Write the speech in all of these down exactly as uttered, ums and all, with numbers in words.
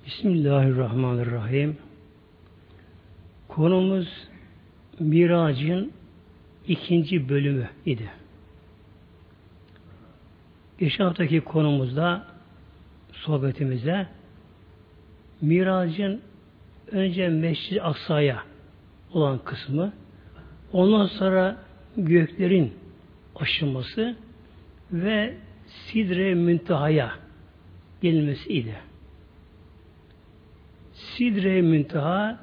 Bismillahirrahmanirrahim. Konumuz Mirac'ın ikinci bölümü idi. Geçen haftaki konumuzda sohbetimize Mirac'ın önce Mescid-i Aksa'ya olan kısmı, ondan sonra göklerin aşılması ve Sidre-i Münteha'ya gelmesi idi. Sidre-i Münteha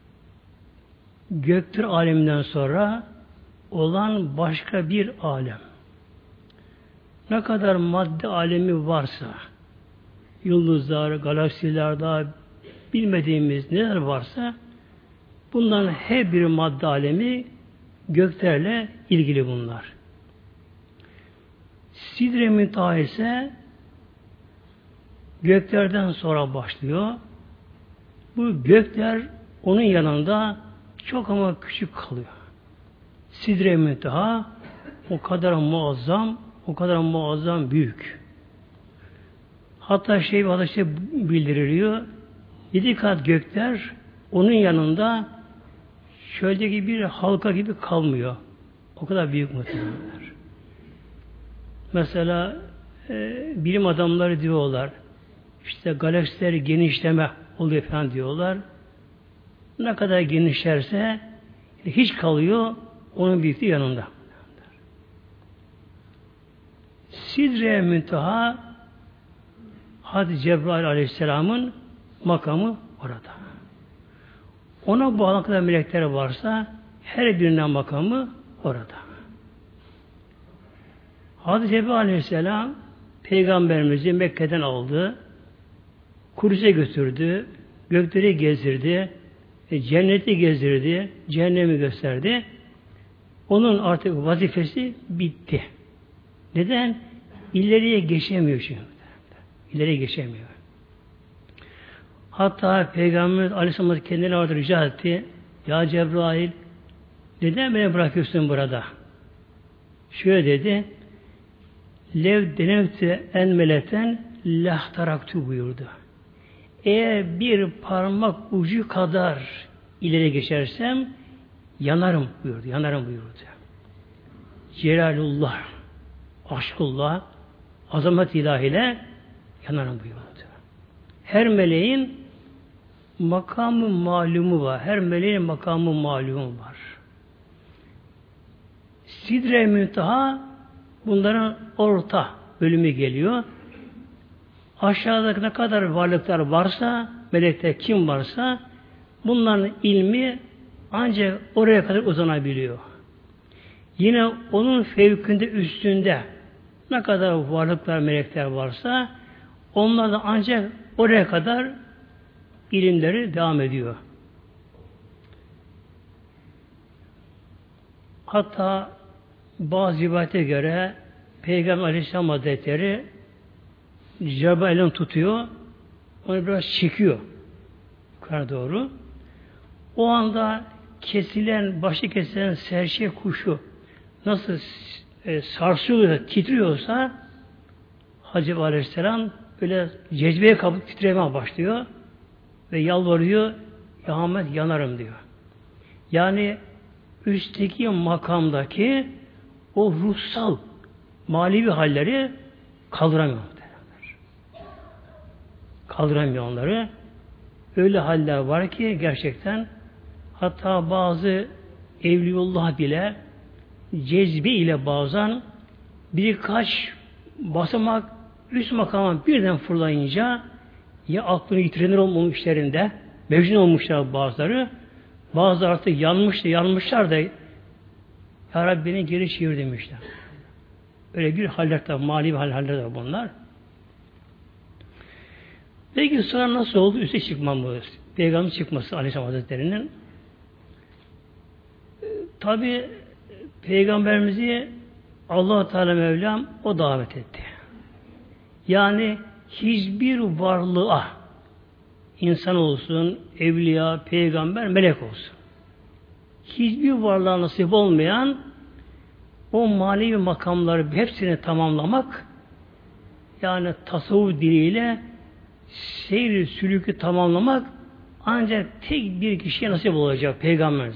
göktür aleminden sonra olan başka bir alem. Ne kadar madde alemi varsa, yıldızlar, galaksiler, daha bilmediğimiz neler varsa, bunların her bir madde alemi göklerle ilgili bunlar. Sidre-i Münteha ise göklerden sonra başlıyor. Bu gökler onun yanında çok ama küçük kalıyor. Sidre-i Münteha o kadar muazzam, o kadar muazzam büyük. Hatta şey hatta şey bildiriliyor. Yedi kat gökler onun yanında şöyle bir halka gibi kalmıyor. O kadar büyük muhtemelenler. Mesela e, bilim adamları diyorlar, işte galaksiler genişleme oluyor falan diyorlar. Ne kadar genişlerse hiç kalıyor onun büyüklüğü yanında. Sidre-i Münteha Hazreti Cebrail Aleyhisselam'ın makamı orada. Ona bağlı kadar melekler varsa her birinden makamı orada. Hazreti Cebrail Aleyhisselam Peygamberimizi Mekke'den aldı. Kudüs'e götürdü, gökleri gezdirdi, cenneti gezdirdi, cehennemi gösterdi. Onun artık vazifesi bitti. Neden? İleriye geçemiyor çünkü. İleriye geçemiyor. Hatta Peygamberimiz Aleyhisselam kendine orada rica etti. Ya Cebrail, neden beni bırakıyorsun burada? Şöyle dedi. Lev denevte en meleten lahtaraktu buyurdu. Eğer bir parmak ucu kadar ileri geçersem yanarım buyurdu. Yanarım buyurdu. Celalullah, aşkullah, azamet ilahiyle yanarım buyurdu. Her meleğin makamı malumu var. Her meleğin makamı malumu var. Sidre-i Münteha bunların orta bölümü geliyor. Aşağıdaki ne kadar varlıklar varsa, melekler kim varsa, bunların ilmi ancak oraya kadar uzanabiliyor. Yine onun fevkinde, üstünde ne kadar varlıklar, melekler varsa, onlar da ancak oraya kadar ilimleri devam ediyor. Hatta bazı rivayete göre Peygamber Aleyhisselam Hazretleri Cebrail'in tutuyor, onu biraz çekiyor yukarı doğru. O anda kesilen, başı kesilen serçe kuşu nasıl e, sarsılıyor, titriyorsa Hacı Aleyhisselam böyle cezbeye kapıp titremeye başlıyor ve yalvarıyor, Ya Ahmet yanarım diyor. Yani üstteki makamdaki o ruhsal, manevi halleri kaldıramıyor. Kaldıramıyor onları. Öyle haller var ki gerçekten hatta bazı evliullah bile cezbe ile bazen birkaç basamak üst makama birden fırlayınca ya aklını yitirenler olmuş işlerinde mecnun olmuşlar bazıları, bazı artık yanmıştı, yanmışlar da Ya Rabbi beni geri çevir demişler. Öyle bir haller de, mali hal haller de bunlar. Peki sonra nasıl oldu? Üste çıkmamız. Peygamber çıkması Aleyhisselam Hazretleri'nin. Tabi Peygamberimizi Allah-u Teala Mevlam o davet etti. Yani hiçbir varlığa insan olsun, evliya, peygamber, melek olsun. Hiçbir varlığa nasip olmayan o manevi makamları hepsini tamamlamak yani tasavvuf diliyle seyri sülükü tamamlamak ancak tek bir kişiye nasip olacak, Peygamberimize.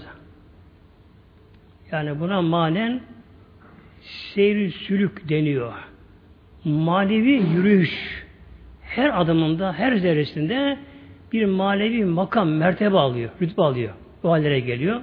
Yani buna manen seyri sülük deniyor. Manevi yürüyüş. Her adımında, her zerresinde bir manevi makam, mertebe alıyor, rütbe alıyor. Bu hallere geliyor.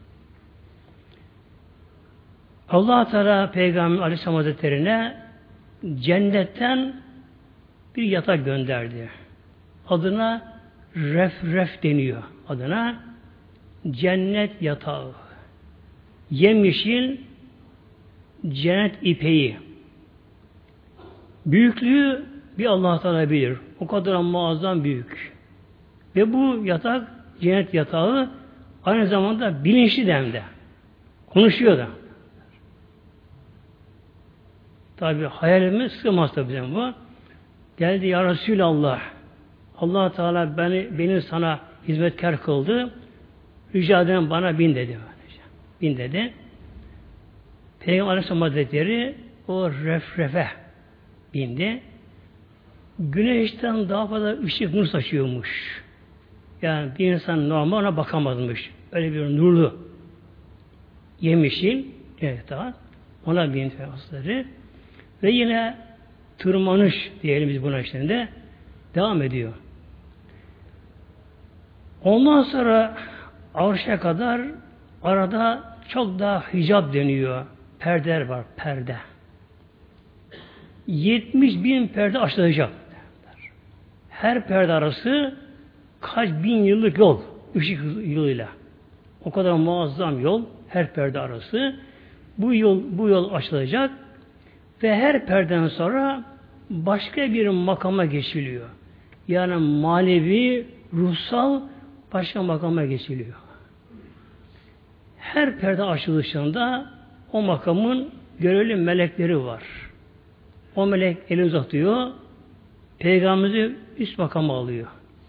Allah Teala Peygamber Aleyhisselam Hazretleri'ne cennetten bir yatak gönderdi. Adına ref ref deniyor. Adına cennet yatağı. Yemyeşil cennet ipeği. Büyüklüğü bir Allah Teala bilir. O kadar muazzam büyük. Ve bu yatak, cennet yatağı aynı zamanda bilinçli demde. Konuşuyor da. Tabi hayalimiz sığmaz tabi bu. Geldi ya Resulallah. Allah Teala beni, beni sana hizmetkar kıldı. Rica ederim bana bin dedi. Bin dedi. Peygamber Aleyhisselam Hazretleri o refrefe bindi. Güneşten daha fazla ışık nur saçıyormuş. Yani bir insan normal ona bakamazmış. Öyle bir nurlu yemişil evet daha ona bindi Hazretleri. Ve yine tırmanış diyelim biz buna içinde devam ediyor. Ondan sonra arşa kadar arada çok daha hicab deniyor. Perdeler var, perde. yetmiş bin perde aşılacak. Her perde arası kaç bin yıllık yol, ışık yılıyla. O kadar muazzam yol, her perde arası. Bu yol, bu yol açılacak ve her perdeden sonra başka bir makama geçiliyor. Yani manevi, ruhsal başka makama geçiliyor. Her perde açılışında o makamın görevli melekleri var. O melek eli uzatıyor, Peygamberimizi üst makama alıyor.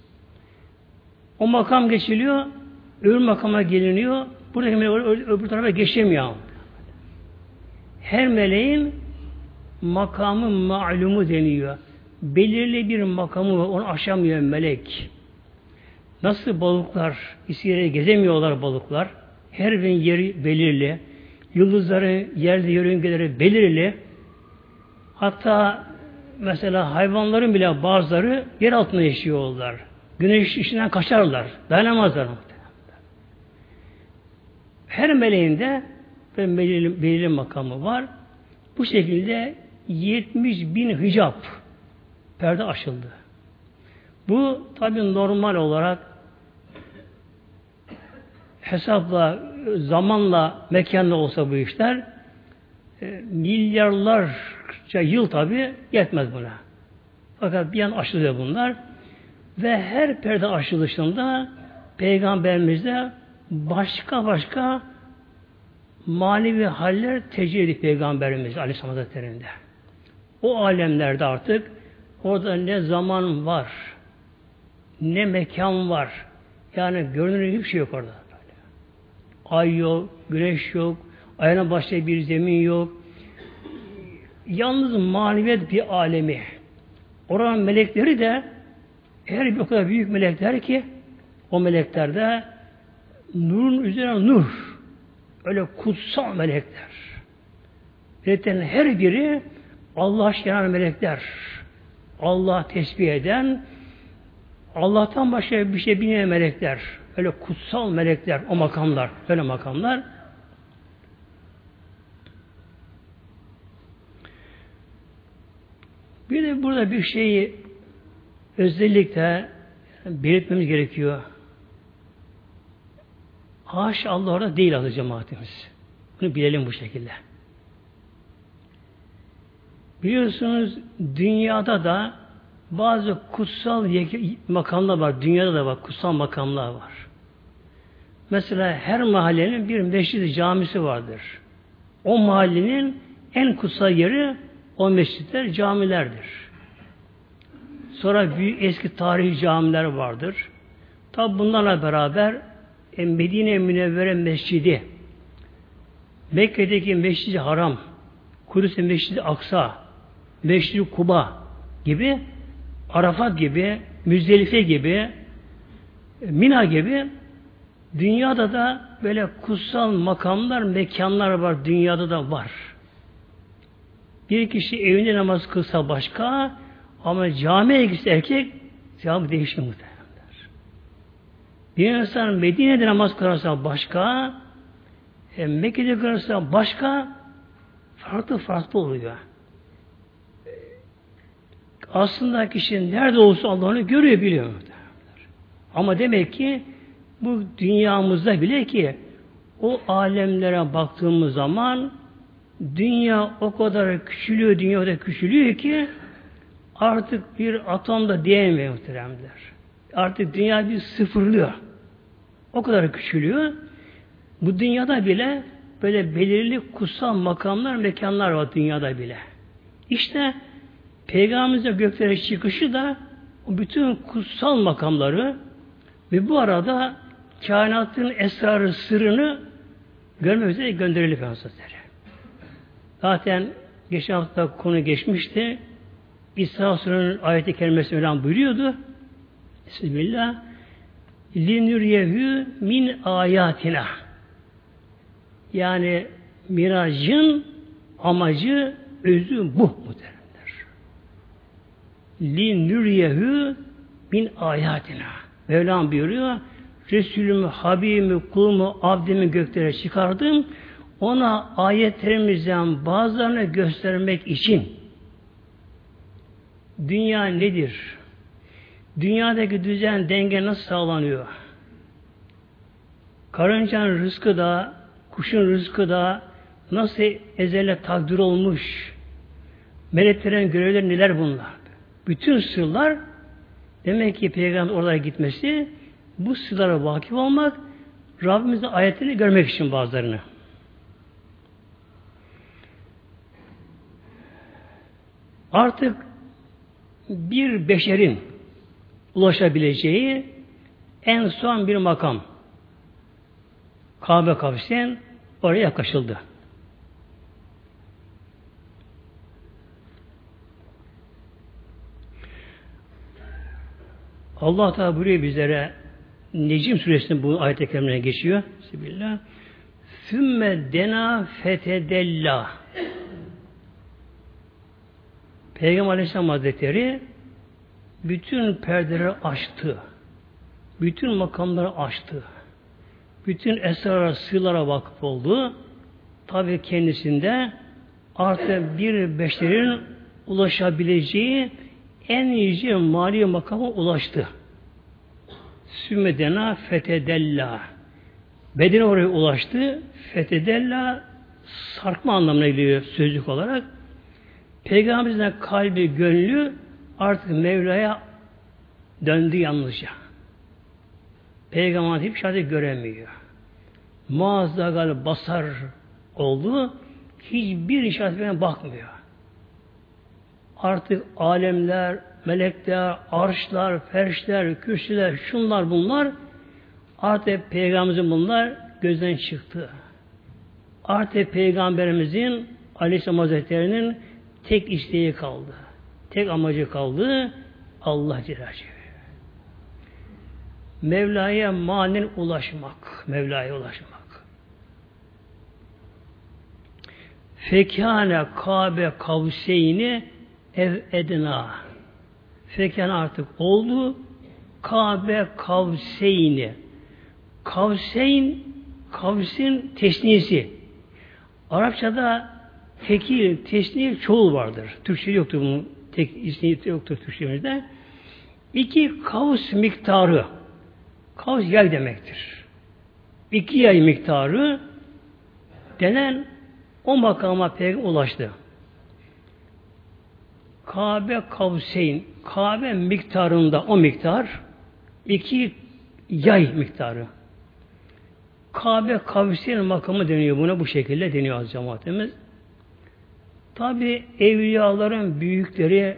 O makam geçiliyor, öbür makama geliniyor, buradaki melek öbür tarafa geçemiyor. Her meleğin makamı malumu deniyor. Belirli bir makamı var, onu aşamıyor melek. Nasıl balıklar, isteyerek gezemiyorlar balıklar. Her birinin yeri belirli. Yıldızları, yerde yörüngeleri belirli. Hatta mesela hayvanların bile bazıları yer altında yaşıyorlar. Güneş ışığından kaçarlar. Dayanamazlar. Her meleğin de belirli, belirli makamı var. Bu şekilde yetmiş bin hicap perde açıldı. Bu tabi normal olarak hesapla, zamanla, mekanla olsa bu işler e, milyarlarca yıl tabi yetmez buna. Fakat bir an aşılıyor bunlar ve her perde aşılışında Peygamberimizde başka başka manevi haller tecrübe edip Peygamberimiz Aleyhisselam Hazretleri'nde. O alemlerde artık orada ne zaman var, ne mekan var. Yani görünür hiçbir şey yok orada. Ay yok, güneş yok, ayağına başka bir zemin yok. Yalnız maneviyat bir alemi. Oranın melekleri de her bir o kadar büyük melekler ki o melekler de nurun üzerine nur. Öyle kutsal melekler. Meleklerin her biri Allah'a şeran melekler. Allah tesbih eden, Allah'tan başka bir şey bilmeyen melekler. Öyle kutsal melekler, o makamlar, öyle makamlar. Bir de burada bir şeyi özellikle belirtmemiz gerekiyor. Haşa Allah orada değil adı cemaatimiz. Bunu bilelim bu şekilde. Biliyorsunuz dünyada da bazı kutsal makamlar var. Dünyada da var. Kutsal makamlar var. Mesela her mahallenin bir mescid-i camisi vardır. O mahallenin en kutsal yeri o mescitler, camilerdir. Sonra büyük eski tarihi camiler vardır. Tabi bunlarla beraber Medine Münevvere Mescidi, Mekke'deki Mescid-i Haram, Kudüs'te Mescid-i Aksa, Mescid-i Kuba gibi, Arafat gibi Müzdelife gibi, Mina gibi dünyada da böyle kutsal makamlar, mekanlar var. Dünyada da var. Bir kişi evinde namaz kılsa başka, ama camiye gitse erkek, cevabı değişir muhtemelen. Bir insan Medine'de namaz kılarsa başka, e, Mekke'de kılarsa başka, farklı farklı oluyor. Aslında kişi nerede olsa Allah'ını görüyor, biliyor. Ama demek ki bu dünyamızda bile ki o alemlere baktığımız zaman dünya o kadar küçülüyor, dünya o kadar küçülüyor ki artık bir atom da diyemiyor muhteremler. Artık dünya bir sıfırlıyor. O kadar küçülüyor. Bu dünyada bile böyle belirli kutsal makamlar, mekanlar var dünyada bile. İşte Peygamberimizin göklere çıkışı da o bütün kutsal makamları ve bu arada kainatın esrarı, sırrını görmek üzere gönderildi Peygamberimiz. Zaten geçen hafta konu geçmişti. İsra Sure'nin ayeti kerimesi öyle buyuruyordu. Bismillah. Linüryehu min ayatina. Yani miracın amacı, özü bu muhteremler. Linüryehu min ayatina. Mevlam buyuruyor. Resulümü, Habibimi, kulumu, abdimi göklere çıkardım. Ona ayetlerimizden bazılarını göstermek için. Dünya nedir? Dünyadaki düzen, denge nasıl sağlanıyor? Karıncanın rızkı da, kuşun rızkı da nasıl ezele takdir olmuş? Meleklerin görevleri neler bunlar? Bütün sırlar, demek ki Peygamber oralara gitmesi, bu sırlara vakıf olmak, Rabbimizin ayetlerini görmek için bazılarını. Artık bir beşerin ulaşabileceği en son bir makam, Kabe Kavsi'nin oraya yaklaşıldı. Allah Teala buyuruyor bizlere, Necm suresinde bu ayet-i kerimeye geçiyor. Bismillah. Sümme dena fetedella. Peygamber Aleyhisselam Hazretleri bütün perdeleri açtı. Bütün makamları açtı. Bütün esrara, sırlara vakıf oldu. Tabi kendisinde artık bir beşerin ulaşabileceği en yüce mali makama ulaştı. Sümmedena fetedella. Bedene oraya ulaştı. Fetedella sarkma anlamına geliyor sözlük olarak. Peygamberimizin kalbi, gönlü artık Mevla'ya döndü yalnızca. Peygamber hiçbir şey göremiyor. Muazzagal basar oldu. Hiçbir işaretine bakmıyor. Artık alemler, melekler, arşlar, ferşler, kürsüler, şunlar bunlar artık Peygamberimizin bunlar gözden çıktı. Artık Peygamberimizin Aleyhisselam Hazretleri'nin tek isteği kaldı. Tek amacı kaldı. Allah Celle. Mevla'ya manen ulaşmak. Mevla'ya ulaşmak. Fekâne Kabe Kavseyni ev edna. Fekâne artık oldu. Kabe Kavseyni. Kavseyn, Kavsin tesnisi. Arapçada tekil, tesnil, çoğul vardır. Türkçe yoktur bunun. Tek ismi yoktur Türkçemizde. İki kavs miktarı. Kavs yay demektir. İki yay miktarı denen o makama Peygamber ulaştı. Kabe Kavseyn. Kabe miktarında o miktar iki yay miktarı. Kabe Kavseyn makamı deniyor buna, bu şekilde deniyor az cemaatimiz. Tabi evliyaların büyükleri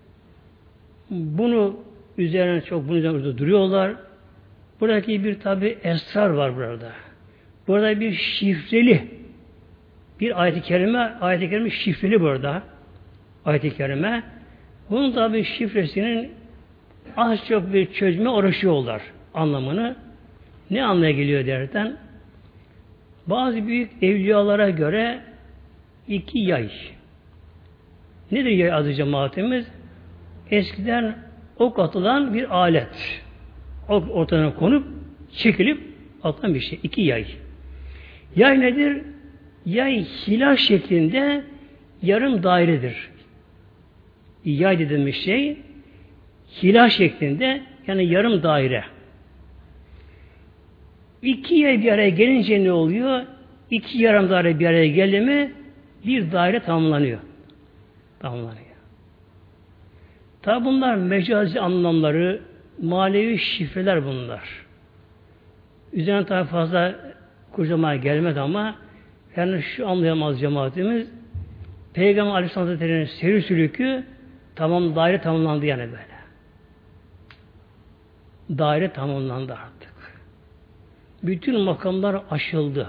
bunu üzerine çok bunun üzerine duruyorlar. Buradaki bir tabi esrar var burada. Burada bir şifreli bir ayet-i kerime, ayet-i kerime şifreli burada. Ayet-i kerime. Bunun tabi şifresinin az çok bir çözüme uğraşıyorlar anlamını. Ne anlaya geliyor derken? Bazı büyük evliyalara göre iki yay. Nedir yay adı cemaatimiz? Eskiden ok atılan bir alet. Ok ortadan konup çekilip atılan bir şey. İki yay. Yay nedir? Yay hilal şeklinde yarım dairedir. Yay dediğimiz şey hilal şeklinde yani yarım daire. İki yay bir araya gelince ne oluyor? İki yarım daire bir araya geldi mi bir daire tamamlanıyor. Tamamlanıyor. Tabi bunlar mecazi anlamları, manevi şifreler bunlar. Üzerine tabi fazla kurcamaya gelmedi ama yani şu anlayamaz cemaatimiz Peygamber Aleyhisselatü Vesselam'ın seyir sülükü tamam daire tamamlandı yani böyle. Daire tamamlandı artık. Bütün makamlar aşıldı.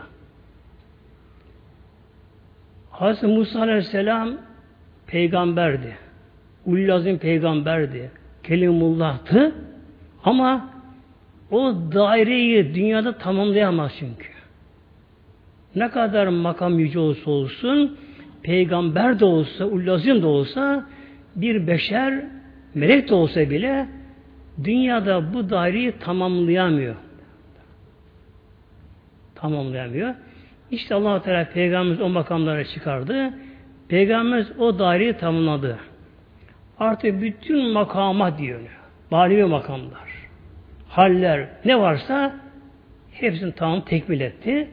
Hazreti Musa Aleyhisselam peygamberdi. Ululazim peygamberdi. Kelimullah'tı. Ama o daireyi dünyada tamamlayamaz çünkü. Ne kadar makam yüce olsa olsun, peygamber de olsa, ululazim de olsa, bir beşer, melek de olsa bile dünyada bu daireyi tamamlayamıyor. Tamamlayamıyor. İşte Allah-u Teala Peygamberimiz o makamlara çıkardı. Peygamberimiz o daireyi tamamladı. Artık bütün makama diyor. Manevi makamlar, haller, ne varsa hepsini tamam tekmil etti.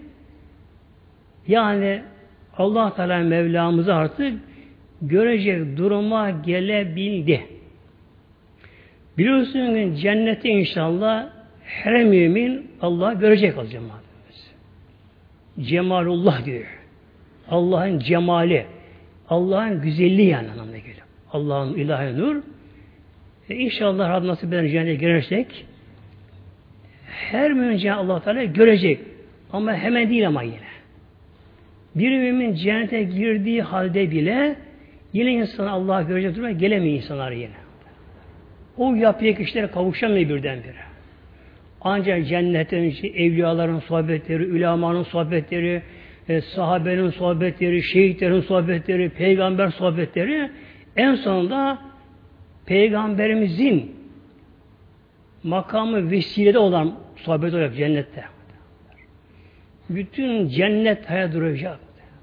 Yani Allah Teala Mevlamızı artık görecek duruma gelebildi. Biliyorsunuz cennette inşallah her mümin Allah'ı görecek o cemaatimiz. Cemalullah diyor. Allah'ın cemali, Allah'ın güzelliği yani anlamına geliyor. Allah'ın ilahi nur. E inşallah Rabbim nasip eden cennete girersek her mümin Allah Teala görecek. Ama hemen değil ama yine. Bir mümin cennete girdiği halde bile yine insan Allah'ı görecek duruma gelemiyor insanlar yine. O yapıya kişilere kavuşamıyor birdenbire. Ancak cennetten evliyaların sohbetleri, ülemanın sohbetleri, e, sahabenin sohbetleri, şehitlerin sohbetleri, peygamber sohbetleri en sonunda peygamberimizin makamı vesilede olan sohbet olacak cennette. Bütün cennet hayat duracak.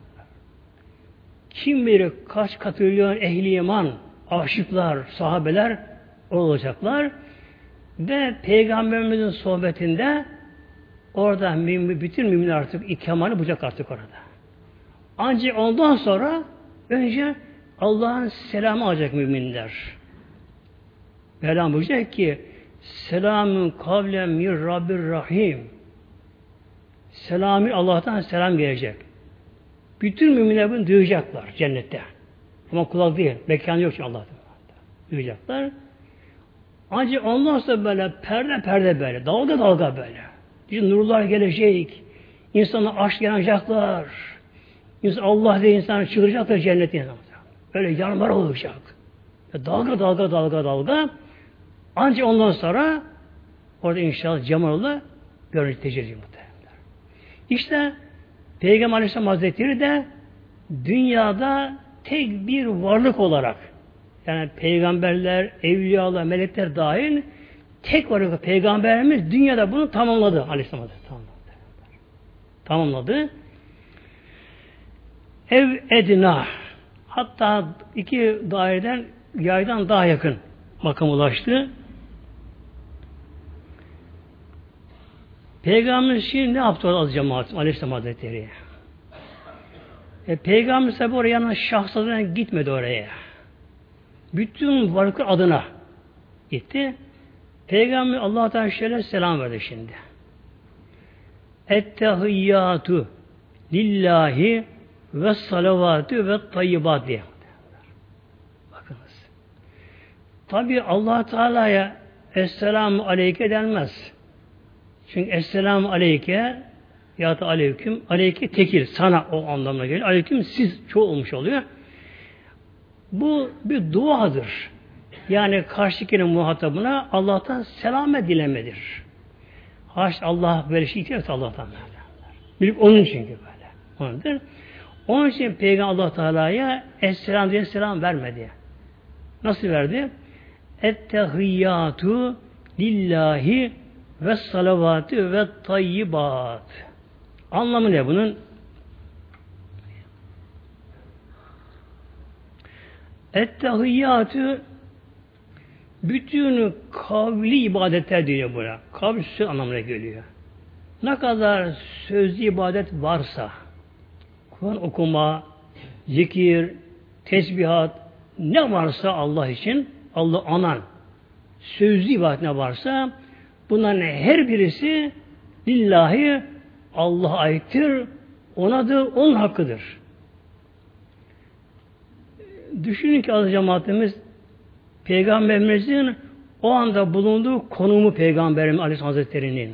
Kim bilir kaç katrilyon ehli iman, aşıklar, sahabeler olacaklar ve Peygamberimizin sohbetinde orada bütün müminler artık ikamanı bulacak artık orada. Ancak ondan sonra önce Allah'ın selamı alacak müminler. Mevlam buyuracak ki Selamun kavlen min Rabbir Rahim. Selamı Allah'tan selam gelecek. Bütün müminler bunu duyacaklar cennette. Ama kulak değil. Mekan yok çünkü Allah'tan. Duyacaklar. Ancak ondan sonra böyle perde perde böyle. Dalga dalga böyle. Bizim nurlar gelecek. İnsana aşk yanacaklar. İnsan Allah diye insanı çıkaracaklar cennete. Böyle yanmalar olacak. Dalga dalga dalga dalga. Ancak ondan sonra orada inşallah cemalullah görünce tecelli muhtemelen. İşte Peygamber Aleyhisselam Hazretleri de dünyada tek bir varlık olarak yani peygamberler, evliyalar, melekler dahil tek varlık peygamberimiz dünyada bunu tamamladı Aleyhisselam Hazretleri. Tamamladı. Tamamladı. Ev edna hatta iki daireden yaydan daha yakın makam ulaştı. Peygamberimiz şimdi ne yaptı az cemaat Aleyhisselam Hazretleri? E, Peygamberimiz tabi oraya yanına şahsına gitmedi oraya. Bütün varlıklar adına gitti. Peygamber Allah Teala şöyle selam verdi şimdi. Ettehiyyatu lillahi ve salavatü ve tayyibat diye. Bakınız. Tabi Allah Teala'ya Esselamu Aleyke denmez. Çünkü Esselamu Aleyke ya da Aleyküm Aleyke tekil sana o anlamına geliyor. Aleyküm siz çoğu olmuş oluyor. Bu bir duadır. Yani karşıkinin muhatabına Allah'tan selamet dilemedir. Haş Allah böyle şey ihtiyat Allah'tan böyle. Bilip onun çünkü böyle. Onundur. Onun için Peygamber Allah Teala'ya Esselam diye selam vermedi. Nasıl verdi? Ettehiyyatu lillahi ve salavatü ve tayyibat. Anlamı ne bunun? Ettehiyyatü bütün kavli ibadetler diyor buna. Kavli söz anlamına geliyor. Ne kadar sözlü ibadet varsa, Kur'an okuma, zikir, tesbihat, ne varsa Allah için, Allah anan, sözlü ibadet ne varsa, bunların her birisi lillahi Allah'a aittir, onadır, onun hakkıdır. Düşünün ki az cemaatimiz Peygamberimizin o anda bulunduğu konumu Peygamberimiz Aleyhisselam Hazretleri'nin.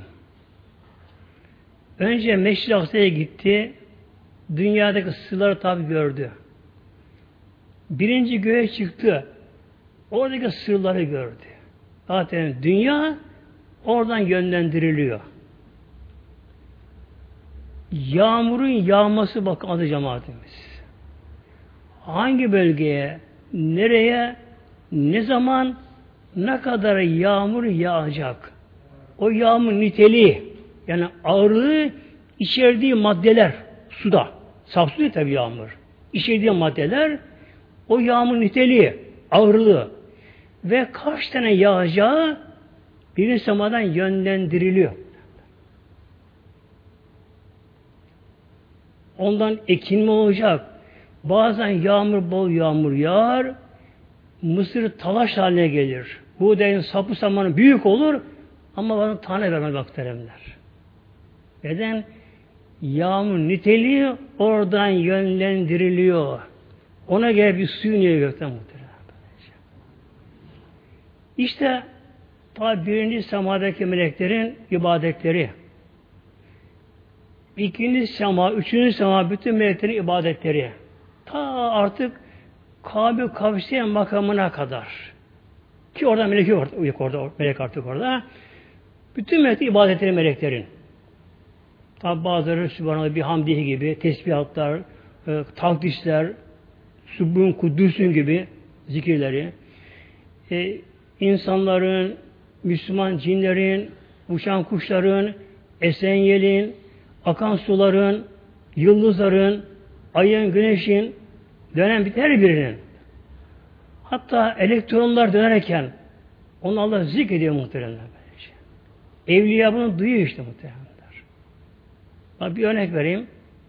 Önce Meşri Aksa'ya gitti. Dünyadaki sırları tabi gördü. Birinci göğe çıktı. Oradaki sırları gördü. Zaten dünya oradan yönlendiriliyor. Yağmurun yağması bakın adı cemaatimiz. Hangi bölgeye, nereye, ne zaman, ne kadar yağmur yağacak? O yağmur niteliği, yani ağırlığı içerdiği maddeler, suda, saf su değil tabi yağmur. İçerdiği maddeler, o yağmur niteliği, ağırlığı ve kaç tane yağacağı birinci semadan yönlendiriliyor. Ondan ekin mi olacak? Bazen yağmur bol yağmur yağar, mısır talaş haline gelir. Buğdayın sapı samanı büyük olur ama bana tane vermez bakteremler. Neden? Yağmur niteliği oradan yönlendiriliyor. Ona göre bir suyu niye gökten muhtemelen. İşte ta birinci semadaki meleklerin ibadetleri, ikinci sema, üçüncü sema bütün meleklerin ibadetleri, ta artık Kabe Kavsiyen makamına kadar. Ki orada melek yok orada, melek artık orada. Bütün melek ibadetleri meleklerin. Tabi bazıları Sübhanallah bir hamdihi gibi, tesbihatlar, e, takdisler, Sübhün Kuddüsün gibi zikirleri, e, insanların, Müslüman cinlerin, uçan kuşların, esen yelin, akan suların, yıldızların, ayın, güneşin, dönen bir her birinin. Hatta elektronlar dönerken onu Allah zikrediyor muhteremler. Evliya bunu duyuyor işte muhteremler. Bak bir örnek vereyim.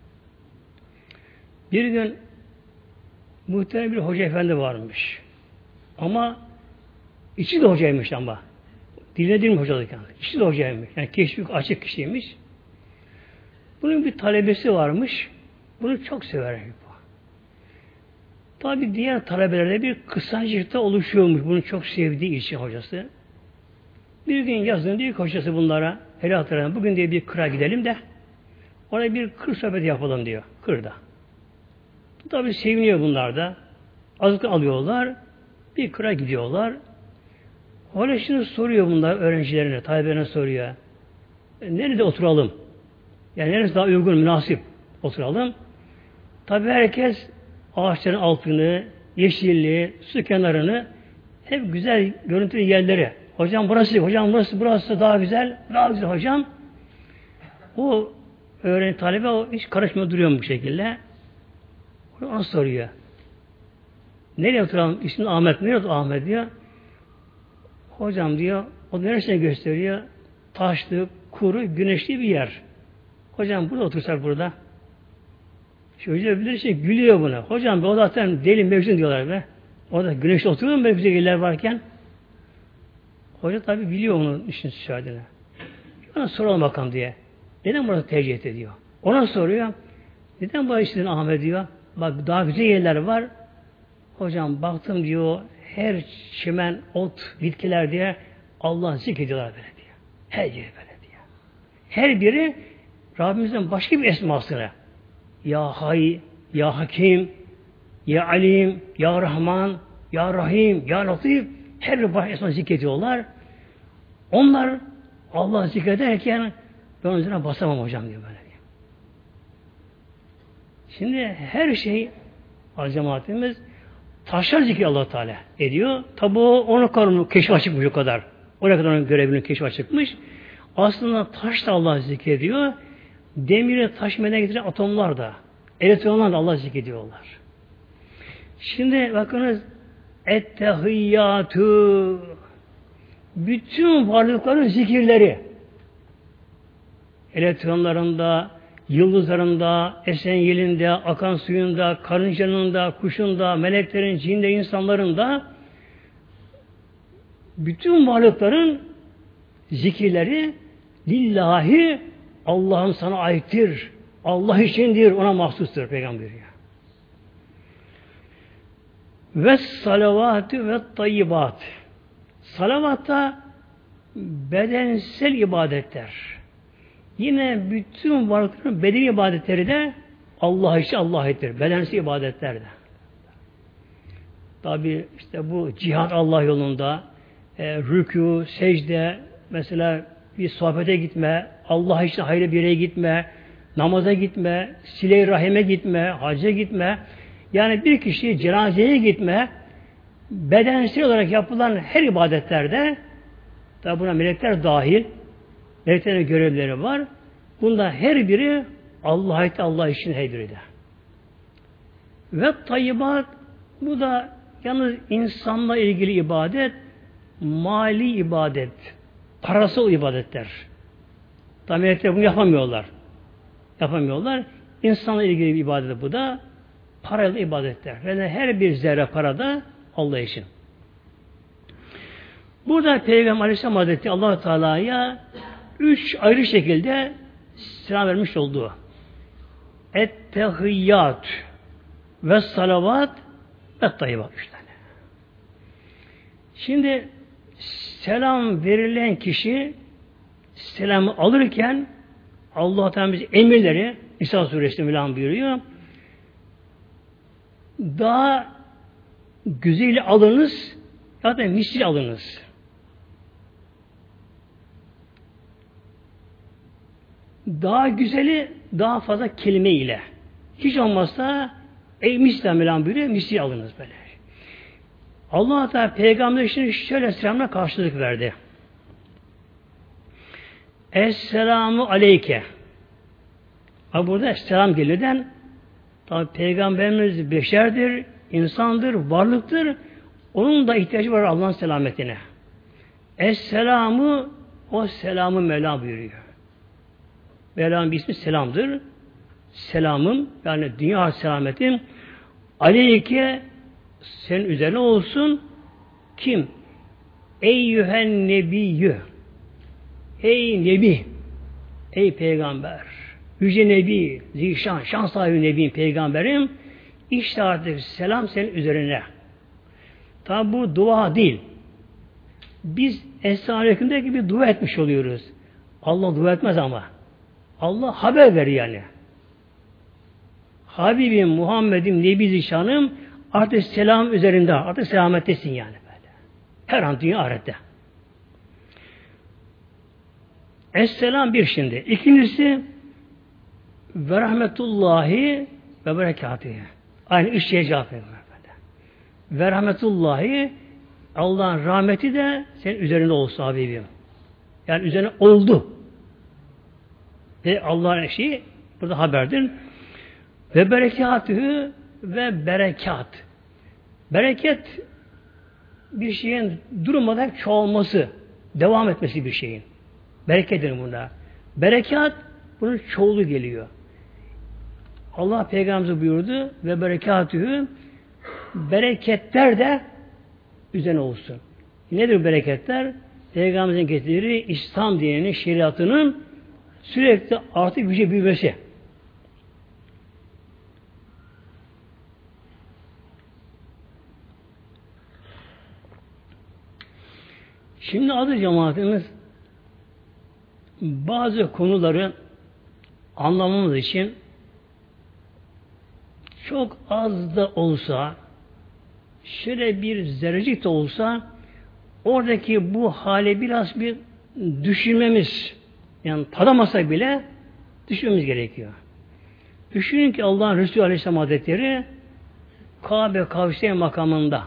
Bir gün muhterem bir hoca efendi varmış. Ama içi de hocaymış ama. Diline değil mi hocalık yani? İçi de hocaymış. Yani keşfi açık kişiymiş. Bunun bir talebesi varmış. Bunu çok sever. Tabi diğer talebelerde bir kısacıkta oluşuyormuş. Bunu çok sevdiği için hocası. Bir gün yazın diyor ki hocası bunlara, hele hatırlayın, bugün diye bir kıra gidelim de oraya bir kır sohbeti yapalım diyor. Kırda. Tabi seviniyor bunlar da. Azıcık alıyorlar. Bir kıra gidiyorlar. Hoca şimdi soruyor bunlar öğrencilerine, talebelerine soruyor. E, nerede oturalım? Yani neresi daha uygun, münasip oturalım? Tabi herkes ağaçların altını, yeşilliği, su kenarını hep güzel görüntülü yerleri. Hocam burası, hocam burası, burası daha güzel, daha güzel hocam. O öğrenci talebe o hiç karışmıyor duruyor bu şekilde. Onu soruyor. Nereye oturalım? İsmi Ahmet. Nereye oturalım Ahmet diyor. Hocam diyor, o neresine gösteriyor? Taşlı, kuru, güneşli bir yer. Hocam burada otursak burada. Şöyle bir şey gülüyor buna. Hocam o zaten deli mevcut diyorlar be. Orada güneşte oturuyor mu böyle güzel yerler varken? Hoca tabi biliyor onun işin şahidine. Ona soralım bakalım diye. Neden burada tercih ediyor? Ona soruyor. Neden bu işin Ahmet diyor? Bak daha güzel yerler var. Hocam baktım diyor her çimen, ot, bitkiler diye Allah'ın zikrediyorlar böyle diyor. Her yeri böyle diyor. Her biri Rabbimizin başka bir esmasına. Ya Hay, Ya Hakim, Ya Alim, Ya Rahman, Ya Rahim, Ya Latif her bir baş esma zikrediyorlar. Onlar Allah zikrederken ben onun üzerine basamam hocam diyor böyle. Şimdi her şey az cemaatimiz taşlar zikri Allah Teala ediyor. Tabi o ona kadar keşif açıkmış o kadar. Oraya kadar onun görevinin keşif açıkmış. Aslında taş da Allah zikrediyor. Demiri taş meydana getiren atomlar da, elektronlar da Allah zikrediyorlar. Şimdi bakınız ettehiyyatü bütün varlıkların zikirleri elektronlarında, yıldızlarında, esen yelinde, akan suyunda, karıncanında, kuşunda, meleklerin, cinde, insanların da bütün varlıkların zikirleri lillahi Allah'ın sana aittir. Allah içindir, ona mahsustur Peygamber ya. Ve salavatü ve tayyibat. Salavatta bedensel ibadetler. Yine bütün varlıkların bedeni ibadetleri de Allah için Allah'a aittir. Bedensel ibadetler de. Tabi işte bu cihat Allah yolunda e, rükû, secde, mesela bir sohbete gitme, Allah için hayırlı bir yere gitme, namaza gitme, sile-i rahime gitme, hacca gitme. Yani bir kişi cenazeye gitme, bedensel olarak yapılan her ibadetlerde, tabi buna melekler dahil, meleklerin görevleri var. Bunda her biri Allah'a ait, Allah için her biri de. Ve tayyibat, bu da yalnız insanla ilgili ibadet, mali ibadet, parasal ibadetler. Tabi melekler bunu yapamıyorlar. Yapamıyorlar. İnsanla ilgili bir ibadet bu da paralı ibadetler. Ve her bir zerre parada Allah için. Burada Peygamber Aleyhisselam Hazretleri Allah-u Teala'ya üç ayrı şekilde selam vermiş olduğu ettehiyyat ve salavat ve tayyibat üç tane. Şimdi selam verilen kişi selamı alırken Allah Teala bize emirleri İsa Suresi'nde Mevlam buyuruyor. Daha güzel alınız ya da misli alınız. Daha güzeli daha fazla kelime ile. Hiç olmazsa ey misli Mevlam buyuruyor, misli alınız böyle. Allah Teala Peygamber için şöyle selamla karşılık verdi. Esselamu aleyke. Ama burada selam gelirden tabi Peygamberimiz beşerdir, insandır, varlıktır. Onun da ihtiyacı var Allah'ın selametine. Esselamu o selamı Mevla buyuruyor. Mevla'nın bir ismi selamdır. Selamım yani dünya selametim aleyke senin üzerine olsun. Kim? Eyyühen nebiyyü. Ey Nebi. Ey Peygamber. Yüce Nebi. Zişan. Şan sahibi Nebiyim. Peygamberim. İşte artık selam senin üzerine. Tabi bu dua değil. Biz Es-Selamu Aleyküm'de gibi dua etmiş oluyoruz. Allah dua etmez ama. Allah haber veriyor yani. Habibim, Muhammed'im, Nebi Zişan'ım artık selam üzerinde. Artık selamettesin yani böyle. Her an dünya ahirette. Esselam bir şimdi. İkincisi ve rahmetullahi ve berekatühü. Aynı üç şeye cevap veriyor. Ve rahmetullahi Allah'ın rahmeti de senin üzerinde olsun Habibim. Yani üzerine oldu. Ve Allah'ın eşiği burada haberdir. Ve berekatühü ve berekat. Bereket bir şeyin durmadan çoğalması, devam etmesi bir şeyin. Berekettir bunda. Berekat bunun çoğulu geliyor. Allah Peygamberimize buyurdu ve berekatühü bereketler de üzerine olsun. Nedir bereketler? Peygamberimizin getirdiği İslam dininin, şeriatının sürekli artık güce büyümesi. Şimdi adı cemaatimiz bazı konuları anlamamız için çok az da olsa şöyle bir zerrecik de olsa oradaki bu hale biraz bir düşünmemiz, yani tadamasa bile düşünmemiz gerekiyor. Düşünün ki Allah'ın Resulü Aleyhisselam Hazretleri Kabe Kavşe makamında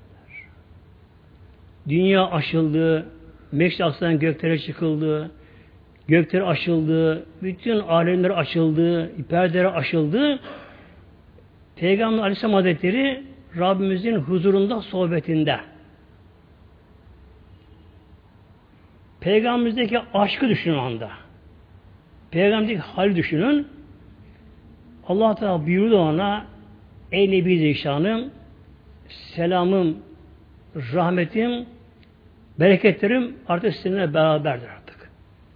dünya aşıldı, Meşri Aksa'dan göklere çıkıldı, gökler açıldı, bütün alemler açıldı, perdeler açıldı. Peygamber Aleyhisselam Hazretleri Rabbimizin huzurunda, sohbetinde. Peygamberimizdeki aşkı düşünün anda. Peygamberimizdeki hali düşünün. Allah Teala buyurdu ona: ey Nebi Zişanım, selamım, rahmetim, bereketlerim artık sizinle beraberdir artık.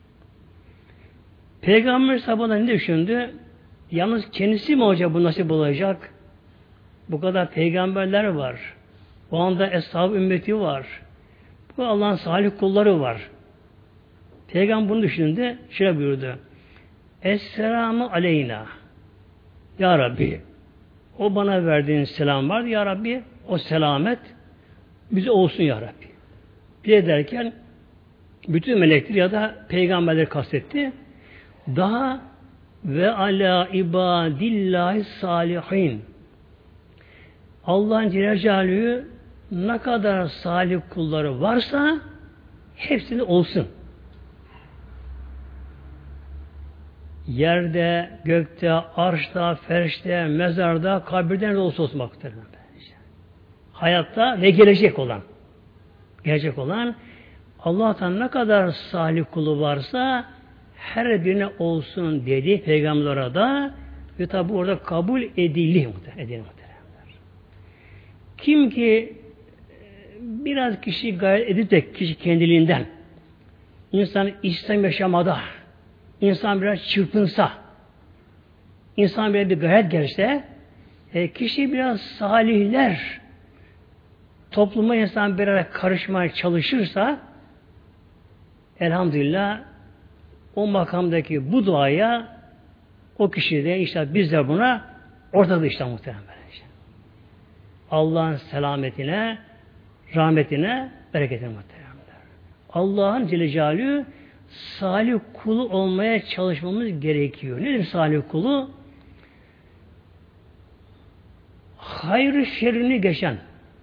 Peygamber sabahında ne düşündü? Yalnız kendisi mi olacak bu nasip olacak? Bu kadar peygamberler var. O anda eshab-ı ümmeti var. Bu Allah'ın salih kulları var. Peygamber bunu düşündü. Şöyle buyurdu: Esselamu aleyna. Ya Rabbi, o bana verdiğin selam var. Ya Rabbi, o selamet bize olsun Ya Rabbi. Bir derken bütün melekler ya da peygamberleri kastetti. Daha ve ala ibadillahi salihin. Allah'ın Celle Celaluhu ne kadar salih kulları varsa hepsinde olsun. Yerde, gökte, arşta, ferşte, mezarda, kabirde ne olsa olsun baktır. Hayatta ve gelecek olan. Gelecek olan Allah'tan ne kadar salih kulu varsa her birine olsun dedi Peygamber orada ve tabi orada kabul edildi muhtemelen. Kim ki biraz kişi gayret edip de kişi kendiliğinden insan İslam yaşamada insan biraz çırpınsa insan biraz bir gayret gelirse e, kişi biraz salihler topluma insan bir ara karışmaya çalışırsa elhamdülillah o makamdaki bu duaya o kişi de işte biz de buna ortada işte muhtemelen. Allah'ın selametine, rahmetine, bereketine muhtemelen. Allah'ın Celle Celaluhu salih kulu olmaya çalışmamız gerekiyor. Nedir salih kulu? Hayrı şerrini geçen.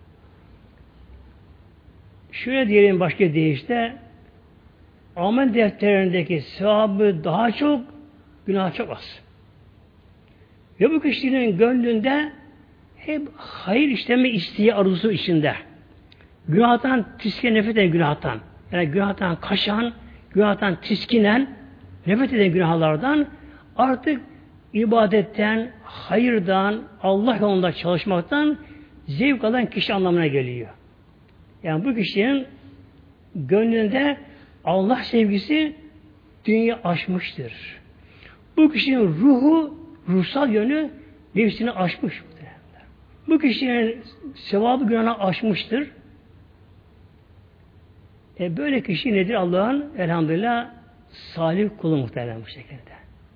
Şöyle diyelim başka deyişle amel defterlerindeki sevabı daha çok, günah çok az. Ve bu kişinin gönlünde hep hayır işleme isteği arzusu içinde. Günahtan tiske nefret eden günahtan. Yani günahtan kaçan, günahtan tiskinen, nefret eden günahlardan artık ibadetten, hayırdan, Allah yolunda çalışmaktan zevk alan kişi anlamına geliyor. Yani bu kişinin gönlünde Allah sevgisi dünya aşmıştır. Bu kişinin ruhu, ruhsal yönü nefsini aşmış. Bu kişinin sevabı günahını aşmıştır. E böyle kişi nedir? Allah'ın elhamdülillah salih kulu muhtemelen bu şekilde.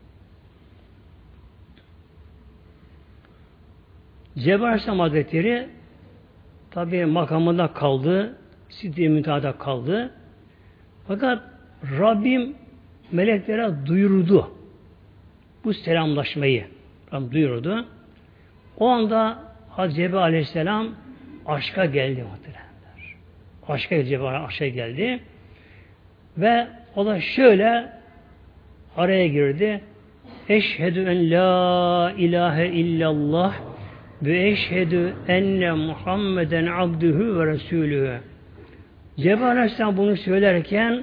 Cebrail Aleyhisselam Hazretleri tabi makamında kaldı, Siddi-i Münteha'da kaldı. Fakat Rabbim meleklere duyurdu. Bu selamlaşmayı Rabbim duyurdu. O anda Hazreti Cebrail Aleyhisselam aşka geldi muhtemelenler. Aşka Cebrail aşka geldi. Ve o da şöyle araya girdi. Eşhedü en la ilahe illallah ve eşhedü enne Muhammeden abdühü ve resulühü. Cebrail Aleyhisselam bunu söylerken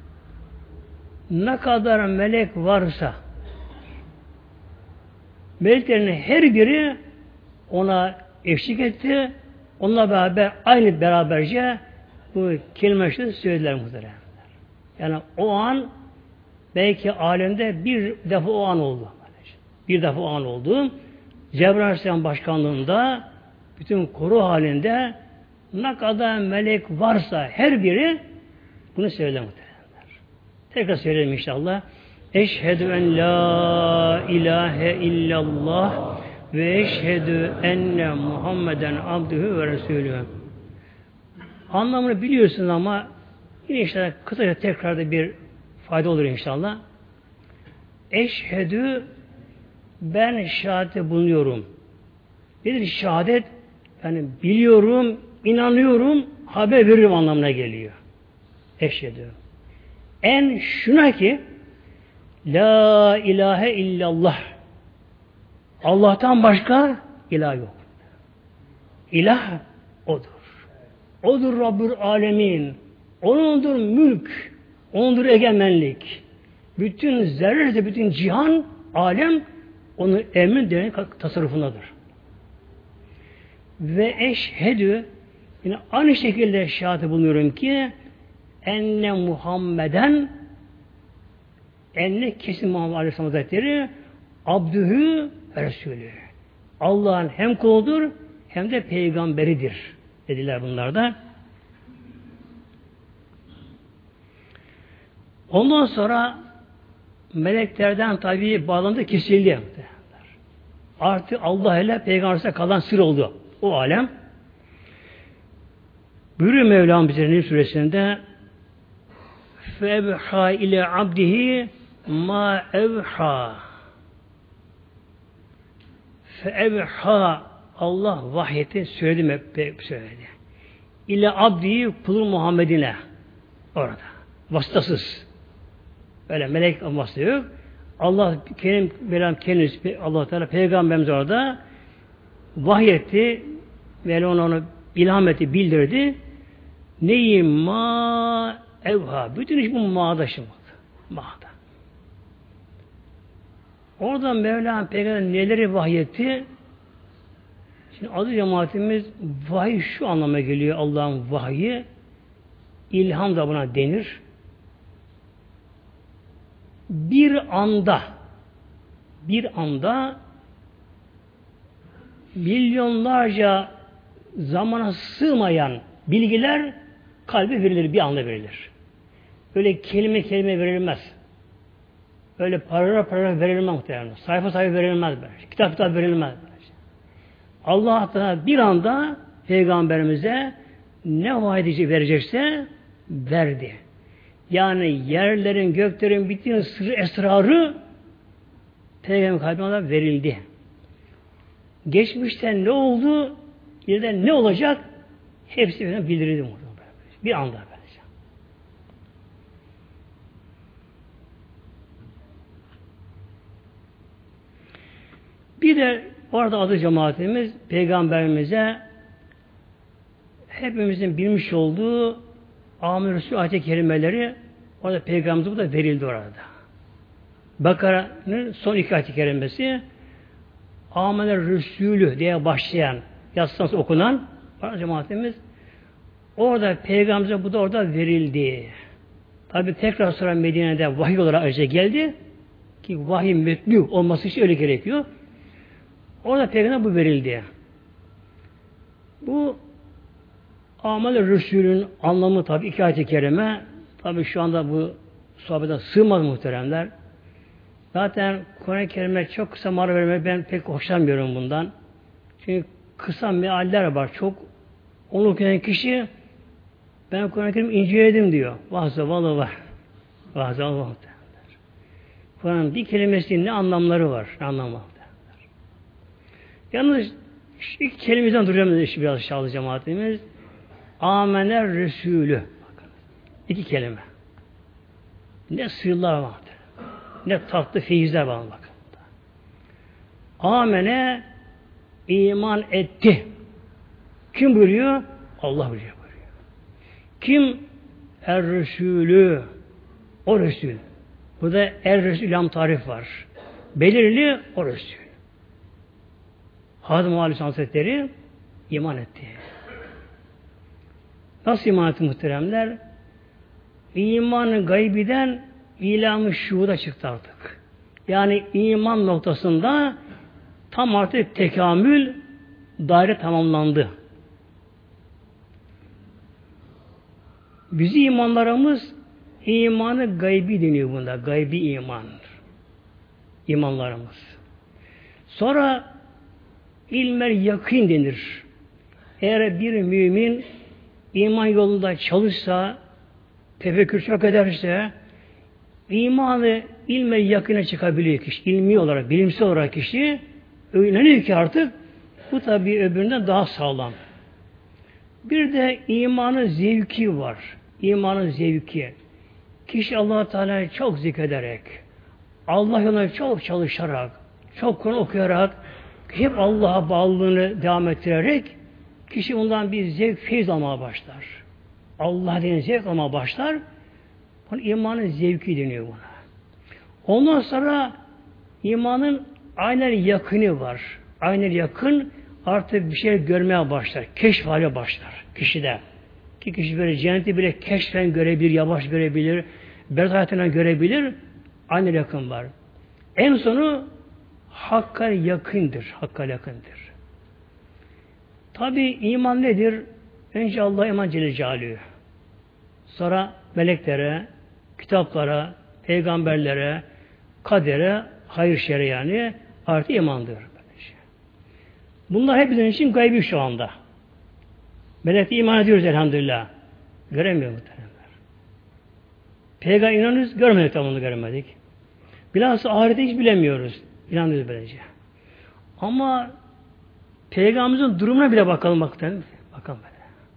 ne kadar melek varsa meleklerin her biri ona eşlik etti. Onunla beraber aynı beraberce bu kelime-i söylediler muhtemelen. Yani o an belki alemde bir defa o an oldu. Bir defa o an oldu. Cebrail Aleyhisselam başkanlığında bütün koru halinde ne kadar melek varsa her biri bunu söyler muhtemelen. Tekrar söyleyelim inşallah. Eşhedü en la ilahe illallah ve eşhedü enne Muhammeden abdühü ve resulühü. Anlamını biliyorsunuz ama yine işte kısaca tekrar da bir fayda olur inşallah. Eşhedü, ben şehadete bulunuyorum. Nedir şehadet? Yani biliyorum, inanıyorum, haber veriyorum anlamına geliyor. Eşhedü. En şuna ki la ilahe illallah. Allah'tan başka ilah yok. İlah odur. Odur Rabbül Alemin. Onundur mülk. Onundur egemenlik. Bütün zerre, bütün cihan, alem onun emrin deneyi tasarrufundadır. Ve eşhedü, yine aynı şekilde şehadet bulunuyorum ki enne Muhammeden, enne kesin Muhammed Aleyhisselam Hazretleri abdühü ve Resulü. Allah'ın hem kuludur hem de peygamberidir dediler bunlar da. Ondan sonra meleklerden tabi bağlantı kesildi. Artık Allah ile peygamberse kalan sır oldu o alem. Buyuruyor Mevlam bize Nil suresinde febha ile abdihi ma evha febha Allah vahyeti söyledi mi? Söyledi. İle abdihi kulun Muhammed'ine orada. Vasıtasız. Öyle melek olması yok. Allah kerim Mevlam kendisi Allah Teala peygamberimiz orada vahyetti ve onu, onu ilham etti, bildirdi. Neyi ma evha. Bütün iş bu ma'da şimdi. Ma'da. Oradan Mevlam peygamber neleri vahyetti? Şimdi adı cemaatimiz vahiy şu anlama geliyor. Allah'ın vahyi ilham da buna denir. Bir anda bir anda milyonlarca zamana sığmayan bilgiler kalbe verilir, bir anda verilir. Öyle kelime kelime verilmez. Öyle paragraf paragraf verilmez muhtemelen. Sayfa sayfa verilmez. Böyle. Kitap kitap verilmez. Böyle. Allah da bir anda peygamberimize ne vahiy verecekse verdi. Yani yerlerin, göklerin bütün sırrı, esrarı peygamber kalbine verildi. Geçmişten ne oldu, ileriden ne olacak hepsi bildirildi. Bir anda böylece. Bir de orada adı cemaatimiz peygamberimize hepimizin bilmiş olduğu Amin Resul ayet-i kerimeleri orada peygamberimize bu da verildi orada. Bakara'nın son iki ayet-i kerimesi Amin Resulü diye başlayan yazısı okunan orada cemaatimiz orada peygamberimize bu da orada verildi. Tabi tekrar sonra Medine'de vahiy olarak ayrıca geldi ki vahiy metnü olması için öyle gerekiyor. Orada peygamber bu verildi. Bu Amel-i Resul'ün anlamı tabi iki ayet-i kerime. Tabi şu anda bu sohbete sığmaz muhteremler. Zaten Kur'an-ı Kerim'e çok kısa mara vermeyi ben pek hoşlanmıyorum bundan. Çünkü kısa mealler var. Çok onu okuyan kişi ben Kur'an-ı Kerim'i inceledim diyor. Vahza vallahi var. Vahza Allah muhteremler. Kur'an'ın bir kelimesinin ne anlamları var. Ne anlamı var. Yalnız ilk kelimeden duracağım biraz şahlı cemaatimiz. Amener Resulü. İki kelime. Ne sırlar vardır. Ne tatlı feyizler var bakın. Amene iman etti. Kim buyuruyor? Allah buyuruyor. Kim? Er Resulü. O Resul. Burada Er Resul lam tarif var. Belirli o Resul. Hazreti Aleyhisselam Hazretleri iman etti. Nasıl iman etti muhteremler? İmanı gaybiden ilan-ı şuhuda çıktı artık. Yani iman noktasında tam artık tekamül daire tamamlandı. Bizim imanlarımız imanı gaybi deniyor bunda. Gaybi iman. İmanlarımız. Sonra ilmer yakın denir. Eğer bir mümin iman yolunda çalışsa, tefekkür çok ederse, imanı ilme yakına çıkabiliyor kişi. İlmi olarak, bilimsel olarak kişi öğreniyor ki artık bu tabi öbüründen daha sağlam. Bir de imanın zevki var. İmanın zevki. Kişi Allah-u Teala'yı çok zikrederek, Allah yoluna çok çalışarak, çok konu okuyarak, hep Allah'a bağlılığını devam ettirerek kişi ondan bir zevk, feyiz almaya başlar. Allah denen zevk almaya başlar. Bunun imanın zevki deniyor buna. Ondan sonra imanın aynen yakını var. Aynen yakın artık bir şey görmeye başlar. Keşf hale başlar kişide. Ki kişi böyle cenneti bile keşfen görebilir, yavaş görebilir, berzah hayatından görebilir. Aynen yakın var. En sonu Hakk'a yakındır. Hakk'a yakındır. Tabi iman nedir? Önce Allah'a iman Celle Celaluhu. Sonra meleklere, kitaplara, peygamberlere, kadere, hayır şer'e yani artı imandır. Bunlar hepimizin için gaybi şu anda. Melekte iman ediyoruz elhamdülillah. Göremiyor muhtemelen. Peygamber inanıyoruz, görmedik tam onu göremedik. Bilhassa ahireti hiç bilemiyoruz. İnanıyoruz böylece. Ama Peygamberimizin durumuna bile bakalım bakalım. Bakalım böyle.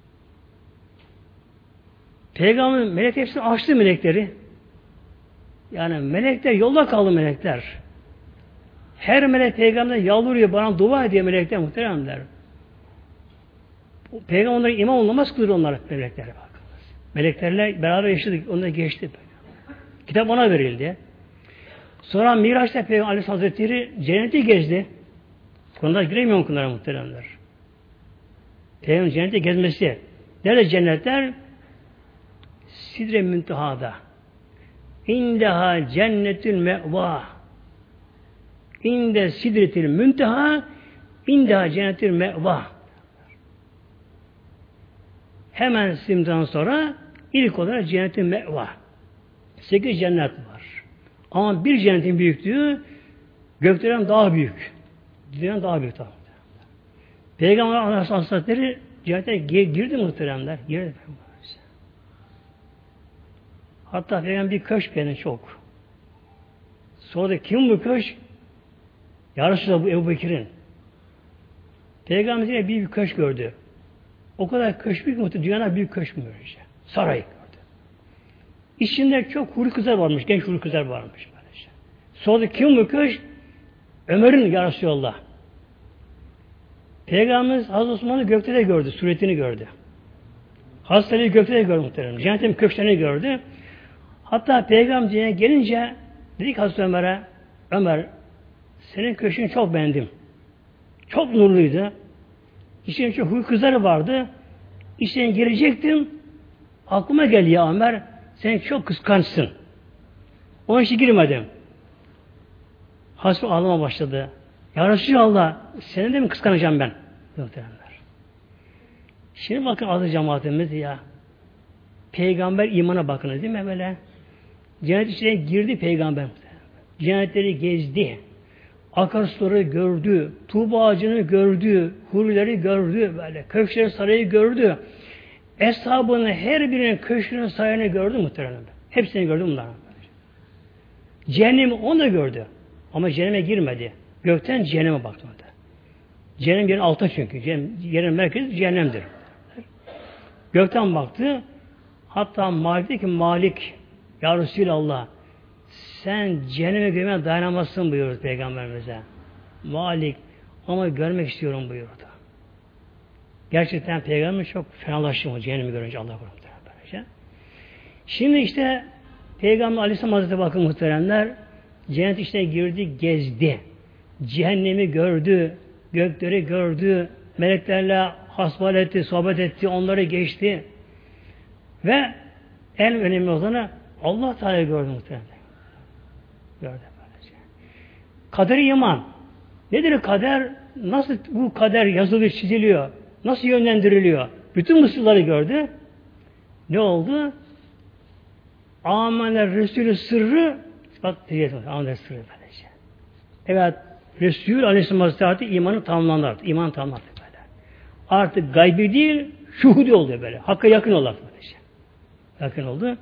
Peygamber melek hepsini açtı melekleri. Yani melekler yolda kaldı melekler. Her melek peygamber yalvarıyor bana dua ediyor melekler muhteremler. Peygamber onlara imam olmaz kılır onlar melekler bakınız. Meleklerle beraber yaşadık. Onları geçti. Kitap ona verildi. Sonra Miraç'ta Peygamber Aleyhisselam Hazretleri cenneti gezdi. Konuda giremiyor konulara muhteremler. Peygamber cenneti gezmesi. Nerede cennetler? Sidre Münteha'da. İndeha cennetül me'va. İnde sidretil münteha. İndeha cennetül me'va. Hemen simden sonra ilk olarak cennetin me'va. Sekiz cennet var. Ama bir cennetin büyüklüğü göklerden daha büyük. Dünyadan daha büyük. Tabii. Peygamber Aleyhisselam Hazretleri cennete girdi muhteremler. Girdi. Hatta Peygamber bir köşk beğendi çok. Sonra da kim bu köşk? Ya Resulallah bu Ebu Bekir'in. Peygamber yine bir, bir köşk gördü. O kadar köşk büyük muhtemelen. Dünyada büyük köşk mü işte. Saray gördü. İçinde çok huri kızlar varmış. Genç huri kızlar varmış. Böylece. Sonra da kim bu köşk? Ömer'in ya Resulallah. Peygamberimiz Hazreti Osman'ı gökte de gördü. Suretini gördü. Hazreti Ali'yi gökte de gördü muhtemelen. Cennetin köşklerini gördü. Hatta Peygamber'e gelince dedik Hazreti Ömer'e, Ömer senin köşkünü çok beğendim. Çok nurluydu. İçinde çok huy kızları vardı. İçine girecektim. Aklıma geldi ya Ömer sen çok kıskançsın. Onun için girmedim. Hazreti ağlama başladı. Ya Resulallah seni de mi kıskanacağım ben? Muhtemelenler. Şimdi bakın adı cemaatimiz ya. Peygamber imana bakınız değil mi böyle? Cennet içine girdi peygamber. Cennetleri gezdi. Akarsuları gördü. Tuğba ağacını gördü. Hurileri gördü. Böyle. Köşkleri sarayı gördü. Eshabının her birinin köşklerinin sarayını gördü muhtemelen. Hepsini gördü bunlar. Cehennemi onu da gördü. Ama cehenneme girmedi. Gökten cehenneme baktı. Cehennem yerin altı çünkü. Yerin merkezi cehennemdir. Gökten baktı. Hatta Malik dedi ki Malik ya Resulallah sen cehenneme girmeye dayanamazsın buyurdu Peygamberimize. Malik ama görmek istiyorum buyurdu. Gerçekten Peygamber çok fenalaştı o cehennemi görünce Allah korusun. Şimdi işte Peygamber Aleyhisselam Hazretleri bakın muhteremler cennet içine girdi, gezdi. Cehennemi gördü, gökleri gördü, meleklerle hasbihal etti, sohbet etti, onları geçti. Ve en önemli olanı Allah Teala'yı gördü muhtemelen. Gördü böylece. Kader-i iman. Nedir kader? Nasıl bu kader yazılıyor, çiziliyor? Nasıl yönlendiriliyor? Bütün mısırları gördü. Ne oldu? Âmene Resulü sırrı bak diyeceğiz. Âmene sırrı böylece. Evet, Resul Aleyhisselam Hazretleri imanı tamamlandı. İman tamamlandı böyle. Artık gaybi değil, şuhudi oldu böyle. Hakka yakın oldu. Böylece. Yakın oldu.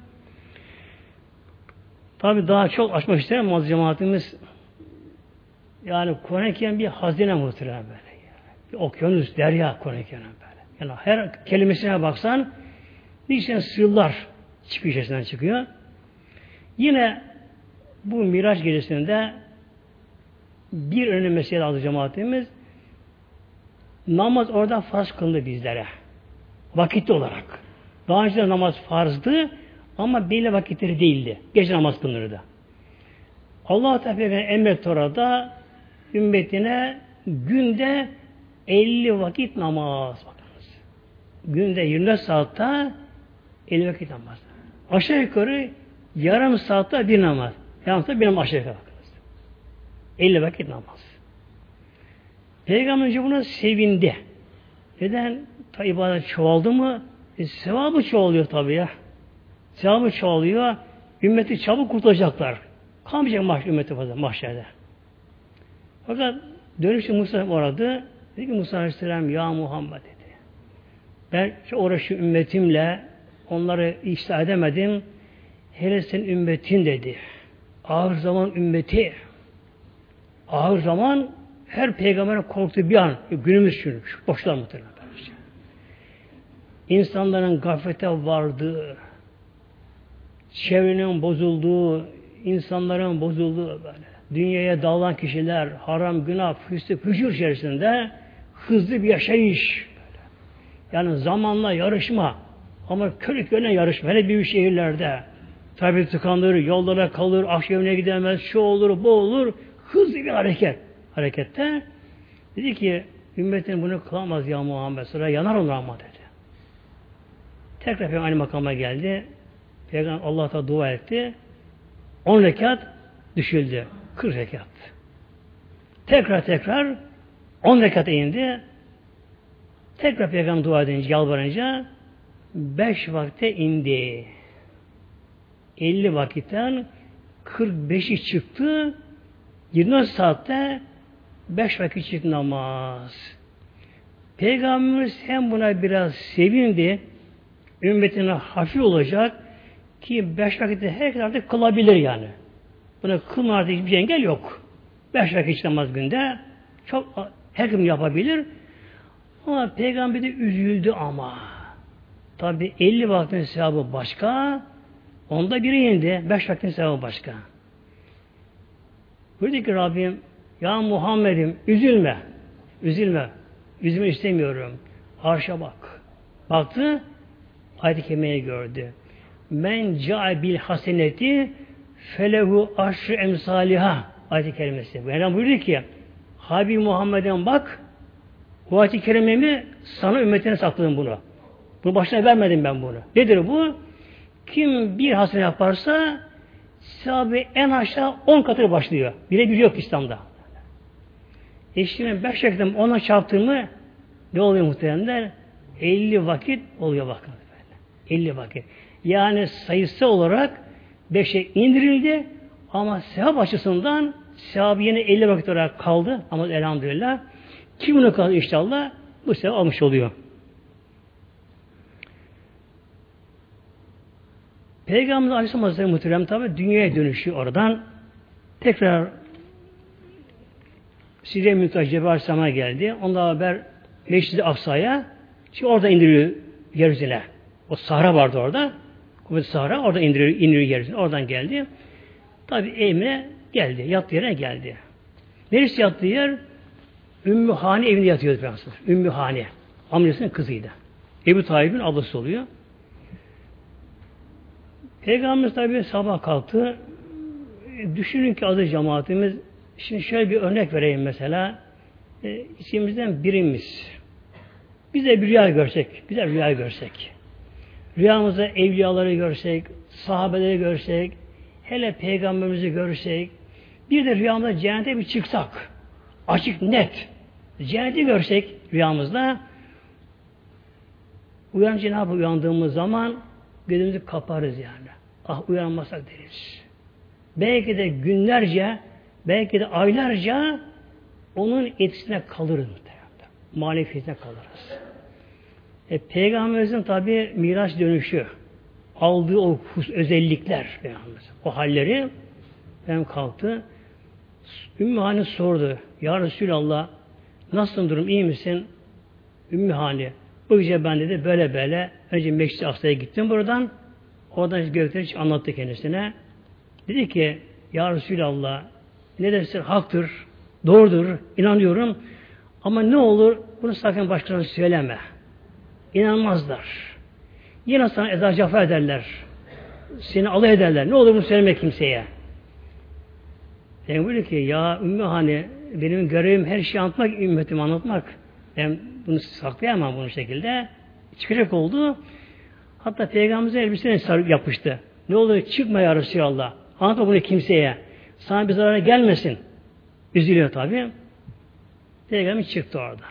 Tabi daha çok açmak isterim ama cemaatimiz yani Kur'an-ı bir hazine muhtemelen böyle. Yani. Bir okyanus, derya Kur'an-ı Kerim böyle. Yani her kelimesine baksan niçin sırlar çıkıyor, içerisinden çıkıyor. Yine bu Miraç gecesinde bir önemli mesele aldı cemaatimiz. Namaz orada farz kılındı bizlere. Vakitli olarak. Daha önce namaz farzdı ama belli vakitleri değildi. Gece namaz kılınırdı. Allah-u Teala emretti orada ümmetine günde elli vakit namaz. Bakınız. Günde yirmi dört saatte elli vakit namaz. Aşağı yukarı yarım saatte bir namaz. Yarım saatte bir namaz aşağı yukarı bakınız. elli vakit namaz. Peygamber buna sevindi. Neden? Ta ibadet çoğaldı mı? E, sevabı çoğalıyor tabii ya. Sevabı çoğalıyor. Ümmeti çabuk kurtulacaklar. Kalmayacak mahş ümmeti fazla mahşerde. Fakat dönüşte Musa oradı. Dedi ki Musa Aleyhisselam ya Muhammed dedi. Ben uğraşı ümmetimle onları ihsa edemedim. Hele senin ümmetin dedi. Ağır zaman ümmeti. Ağır zaman her peygamberin korktuğu bir an. Günümüz için. Şu boşlar muhtemelen. İnsanların gaflete vardığı, çevrenin bozulduğu, insanların bozulduğu böyle. Dünyaya dağılan kişiler, haram, günah, füsük, fücur içerisinde hızlı bir yaşayış. Böyle. Yani zamanla yarışma. Ama körük yöne yarışma. Hele büyük şehirlerde. Trafik tıkanır, yollara kalır, akşamına gidemez, şu olur, bu olur. Hızlı bir hareket. Harekette. Dedi ki, ümmetin bunu kılamaz ya Muhammed. Sıra yanar onlar ama dedi. Tekrar Peygamber aynı makama geldi. Peygamber Allah'a dua etti. on rekat düşüldü. kırk rekat. Tekrar tekrar on rekat indi. Tekrar Peygamber dua edince, yalvarınca beş vakte indi. elli vakitten kırk beşi çıktı. yirmi saatte beş vakit çıktı namaz. Peygamberimiz hem buna biraz sevindi, ümmetine hafif olacak ki beş vakitte herkes artık kılabilir yani. Buna kılma artık hiçbir engel yok. Beş vakit namaz günde çok herkes yapabilir. Ama Peygamber de üzüldü ama. Tabi elli vaktin sevabı başka, onda biri indi. Beş vaktin sevabı başka. Buyurdu ki Rabbim, ya Muhammed'im üzülme. Üzülme. Üzülme istemiyorum. Arşa bak. Baktı, ayet-i kerimeyi gördü. Men ca'a bil haseneti felehu aşrı emsaliha ayet-i kerimesi. Yani buyuruyor ki Habib Muhammed'e bak bu ayet-i kerimemi sana ümmetine sakladım bunu. Bunu başına vermedim ben bunu. Nedir bu? Kim bir hasene yaparsa sevabı en aşağı on katı başlıyor. Bire bir yok İslam'da. E şimdi beş vakitten ona çarptığımı ne oluyor muhtemelenler? elli vakit oluyor bakın. elli vakit. Yani sayısı olarak beşe indirildi ama sevap açısından sevabı yine elli vakit olarak kaldı ama elhamdülillah kim bunu kaldı inşallah bu sevap almış oluyor. Peygamber Aleyhisselam Hazretleri muhterem tabi dünyaya dönüşüyor oradan. Tekrar Sire Müntaş Cebrail Aleyhisselam'a geldi. Onunla haber Meşrid-i Aksa'ya şimdi orada indiriyor yeryüzüne. O Sahra vardı orada. Kuvvet-i Sahra orada indiriyor, indiriyor yeryüzüne. Oradan geldi. Tabi evine geldi. Yattığı yerine geldi. Neresi yattığı yer? Ümmü Hane evinde yatıyordu Peygamber. Ümmü Hane. Amcasının kızıydı. Ebu Talib'in ablası oluyor. Peygamberimiz tabi sabah kalktı. Düşünün ki aziz cemaatimiz şimdi şöyle bir örnek vereyim mesela. E, içimizden birimiz bize bir rüya görsek, bize bir rüya görsek, rüyamızda evliyaları görsek, sahabeleri görsek, hele peygamberimizi görsek, bir de rüyamızda cennete bir çıksak, açık net, cenneti görsek rüyamızda, uyanınca ne yapıp uyandığımız zaman gözümüzü kaparız yani. Ah uyanmasak deriz. Belki de günlerce, belki de aylarca onun etkisine kalırız. Maneviyetine kalırız. E, Peygamberimizin tabi Miraç dönüşü, aldığı o özellikler, o halleri hem kalktı. Ümmü Hani sordu. Ya Resulallah, nasılsın durum, iyi misin? Ümmü Hani, bu gece ben dedi böyle böyle önce Meşri Aksa'ya gittim buradan. Oradan gökleri anlattı kendisine. Dedi ki ya Resulallah, ne dersin haktır, doğrudur, inanıyorum. Ama ne olur bunu sakın başkalarına söyleme. İnanmazlar. Yine sana eza cafa ederler. Seni alay ederler. Ne olur bunu söyleme kimseye. Yani böyle ki ya Ümmü Hani, benim görevim her şeyi anlatmak, ümmetimi anlatmak. Ben bunu saklayamam bu şekilde. Çıkacak oldu. Hatta Peygamberimize elbisene sarıp yapıştı. Ne olur çıkma ya Resulallah. Anlatma bunu kimseye. Sana bir zarara gelmesin. Üzülüyor tabi. Peygamber çıktı orada.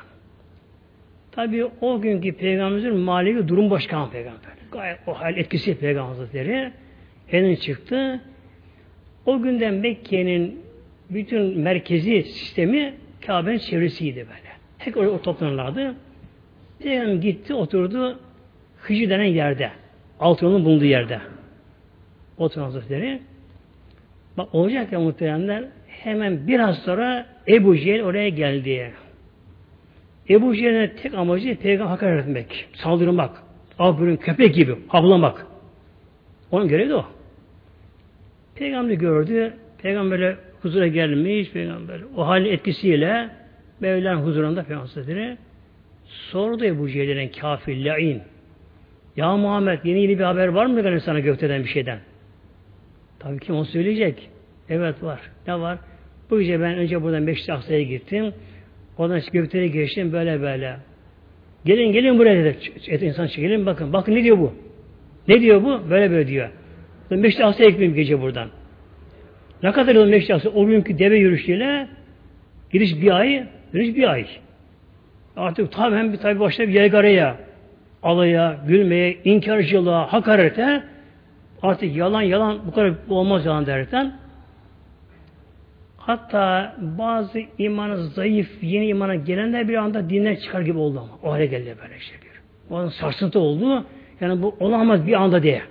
Tabi o günkü Peygamberimizin manevi durum başkanı Peygamber. Gayet o hal etkisi Peygamber Hazretleri. Elin çıktı. O günden Mekke'nin bütün merkezi sistemi Kabe'nin çevresiydi böyle. Hep oraya o toplanırlardı. Peygamber gitti, oturdu Hicr denen yerde. Altınoluk'un bulunduğu yerde. Oturan Hazretleri. Bak olacak ya muhteremler, hemen biraz sonra Ebu Cehil oraya geldi. Ebu Cehil'in tek amacı Peygamber hakaret etmek, saldırmak, avbürün köpek gibi havlamak. Onun görevi de o. Peygamber gördü, Peygamber'e huzura gelmiş, Peygamber o halin etkisiyle Mevla'nın huzurunda Peygamber Hazretleri sordu Ebu Cehil'in kafir, la'in. Ya Muhammed, yeni yeni bir haber var mı yani sana gökten bir şeyden? Tabii kim onu söyleyecek? Evet var. Ne var? Bu gece ben önce buradan Meşri Aksa'ya gittim. Oradan göklere geçtim böyle böyle. Gelin gelin buraya dedi. Et insan gelin bakın. Bakın ne diyor bu? Ne diyor bu? Böyle böyle diyor. Meşri Aksa'ya gitmeyeyim gece buradan. Ne kadar yıl Meşri Aksa? O günkü deve yürüyüşüyle gidiş bir ay, dönüş bir ay. Artık tamamen bir tabi başta bir yaygaraya, alaya, gülmeye, inkarcılığa, hakarete, artık yalan yalan bu kadar olmaz yalan derken, hatta bazı imanı zayıf, yeni imana gelenler bir anda dinden çıkar gibi oldu ama. O hale geldi böyle şey bir. O an sarsıntı oldu. Yani bu olamaz bir anda diye.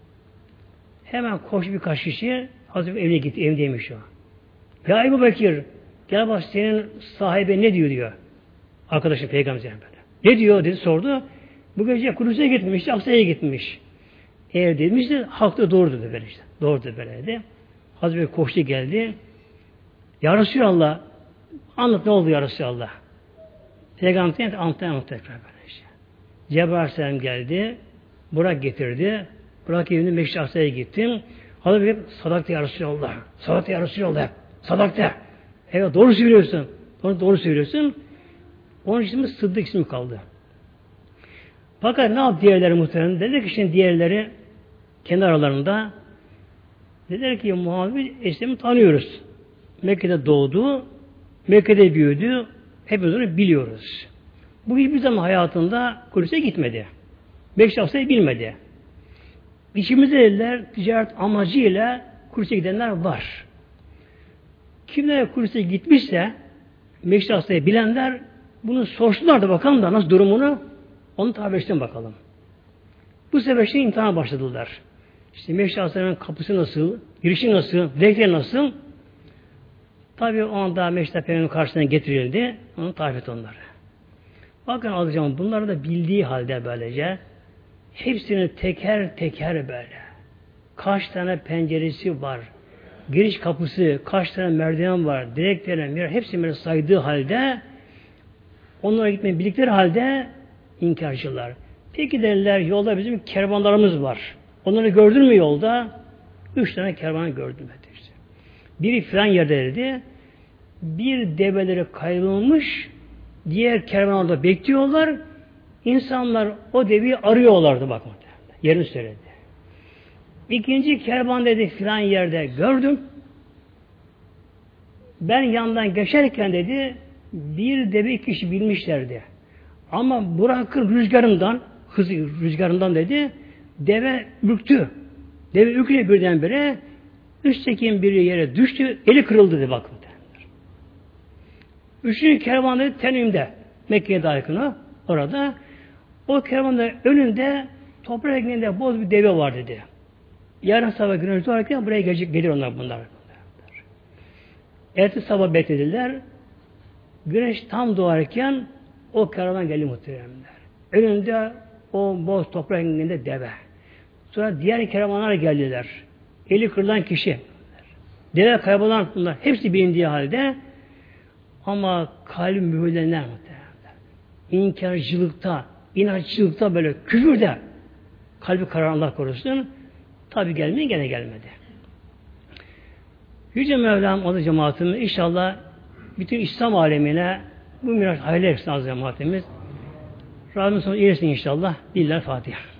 Hemen koş birkaç kişi Hazreti evine gitti. Evdeymiş o. Ya Ebu Bekir, gel bak senin sahibi ne diyor diyor. Arkadaşım Peygamber böyle. Ne diyor dedi sordu. Bu gece Kudüs'e gitmiş, Aksa'ya gitmiş. Eğer demiş de haklı doğru dedi böyle işte. Doğru dedi böyle dedi. Hazreti Bekir koştu geldi. Ya Resulallah, anlat ne oldu ya Resulallah? Peygamber anlatıyor anlatıyor tekrar böyle işte. Cebrail Aleyhisselam geldi. Burak getirdi. Burak evinde Meşri Aksa'ya gittim. Hazreti Bekir sadakta ya Resulallah. Sadakta ya Resulallah. Sadakta. Evet doğru söylüyorsun. Doğru, doğru söylüyorsun. Onun için Sıddık ismi kaldı. Fakat ne yaptı diğerleri muhtemelen? Dedi ki şimdi diğerleri kendi aralarında dediler ki Muhammed Eslem'i tanıyoruz. Mekke'de doğdu, Mekke'de büyüdü, hepimiz onu biliyoruz. Bu hiçbir zaman hayatında Kudüs'e gitmedi. Meşri Aksa'yı bilmedi. İçimizde dediler, ticaret amacıyla Kudüs'e gidenler var. Kimler Kudüs'e gitmişse Meşri Aksa'yı bilenler bunu sorsunlar da bakalım da nasıl durumunu onu tabi bakalım. Bu sefer işte imtihana başladılar. İşte Meşri Aksa'nın kapısı nasıl, girişi nasıl, direkleri nasıl? Tabi o anda Meşri Peygamber'in karşısına getirildi. Onu tarif et onları. Bakın alacağım bunları da bildiği halde böylece hepsini teker teker böyle. Kaç tane penceresi var, giriş kapısı, kaç tane merdiven var, direkleri, hepsini böyle saydığı halde onlara gitmeyi bildikleri halde inkarcılar. Peki derler yolda bizim kervanlarımız var. Onları gördün mü yolda? Üç tane kervan gördüm. İşte. Biri filan yerde dedi. Bir develeri kaybolmuş, diğer kervanlarda bekliyorlar. İnsanlar o deveyi arıyorlardı bakın. Yerini söyledi. İkinci kervan dedi filan yerde gördüm. Ben yandan geçerken dedi bir deve iki kişi bilmişlerdi. Ama bırakır rüzgarından, hız rüzgarından dedi, deve ürktü. Deve ürkünce birdenbire üstteki biri yere düştü, eli kırıldı dedi bakın. Üçüncü kervan dedi Tenim'de, Mekke'ye daha yakın orada. O kervanın önünde toprak ekmeğinde boz bir deve var dedi. Yarın sabah güneş doğarken buraya gelecek, gelir onlar bunlar. Ertesi sabah beklediler. Güneş tam doğarken o kervan geldi muhteremler. Önünde o boz toprak ekmeğinde deve. Sonra diğer kervanlar geldiler. Eli kırılan kişi. Deve kaybolan bunlar. Hepsi bilindiği halde ama kalbi mühürlenler muhteremler. İnkarcılıkta, inatçılıkta böyle küfürde kalbi karar Allah korusun. Tabi gelmeye gene gelmedi. Yüce Mevlam o da cemaatimiz inşallah bütün İslam alemine bu miraç hayırlı etsin az cemaatimiz. Rabbimiz sonu iyilesin inşallah. Diller Fatiha.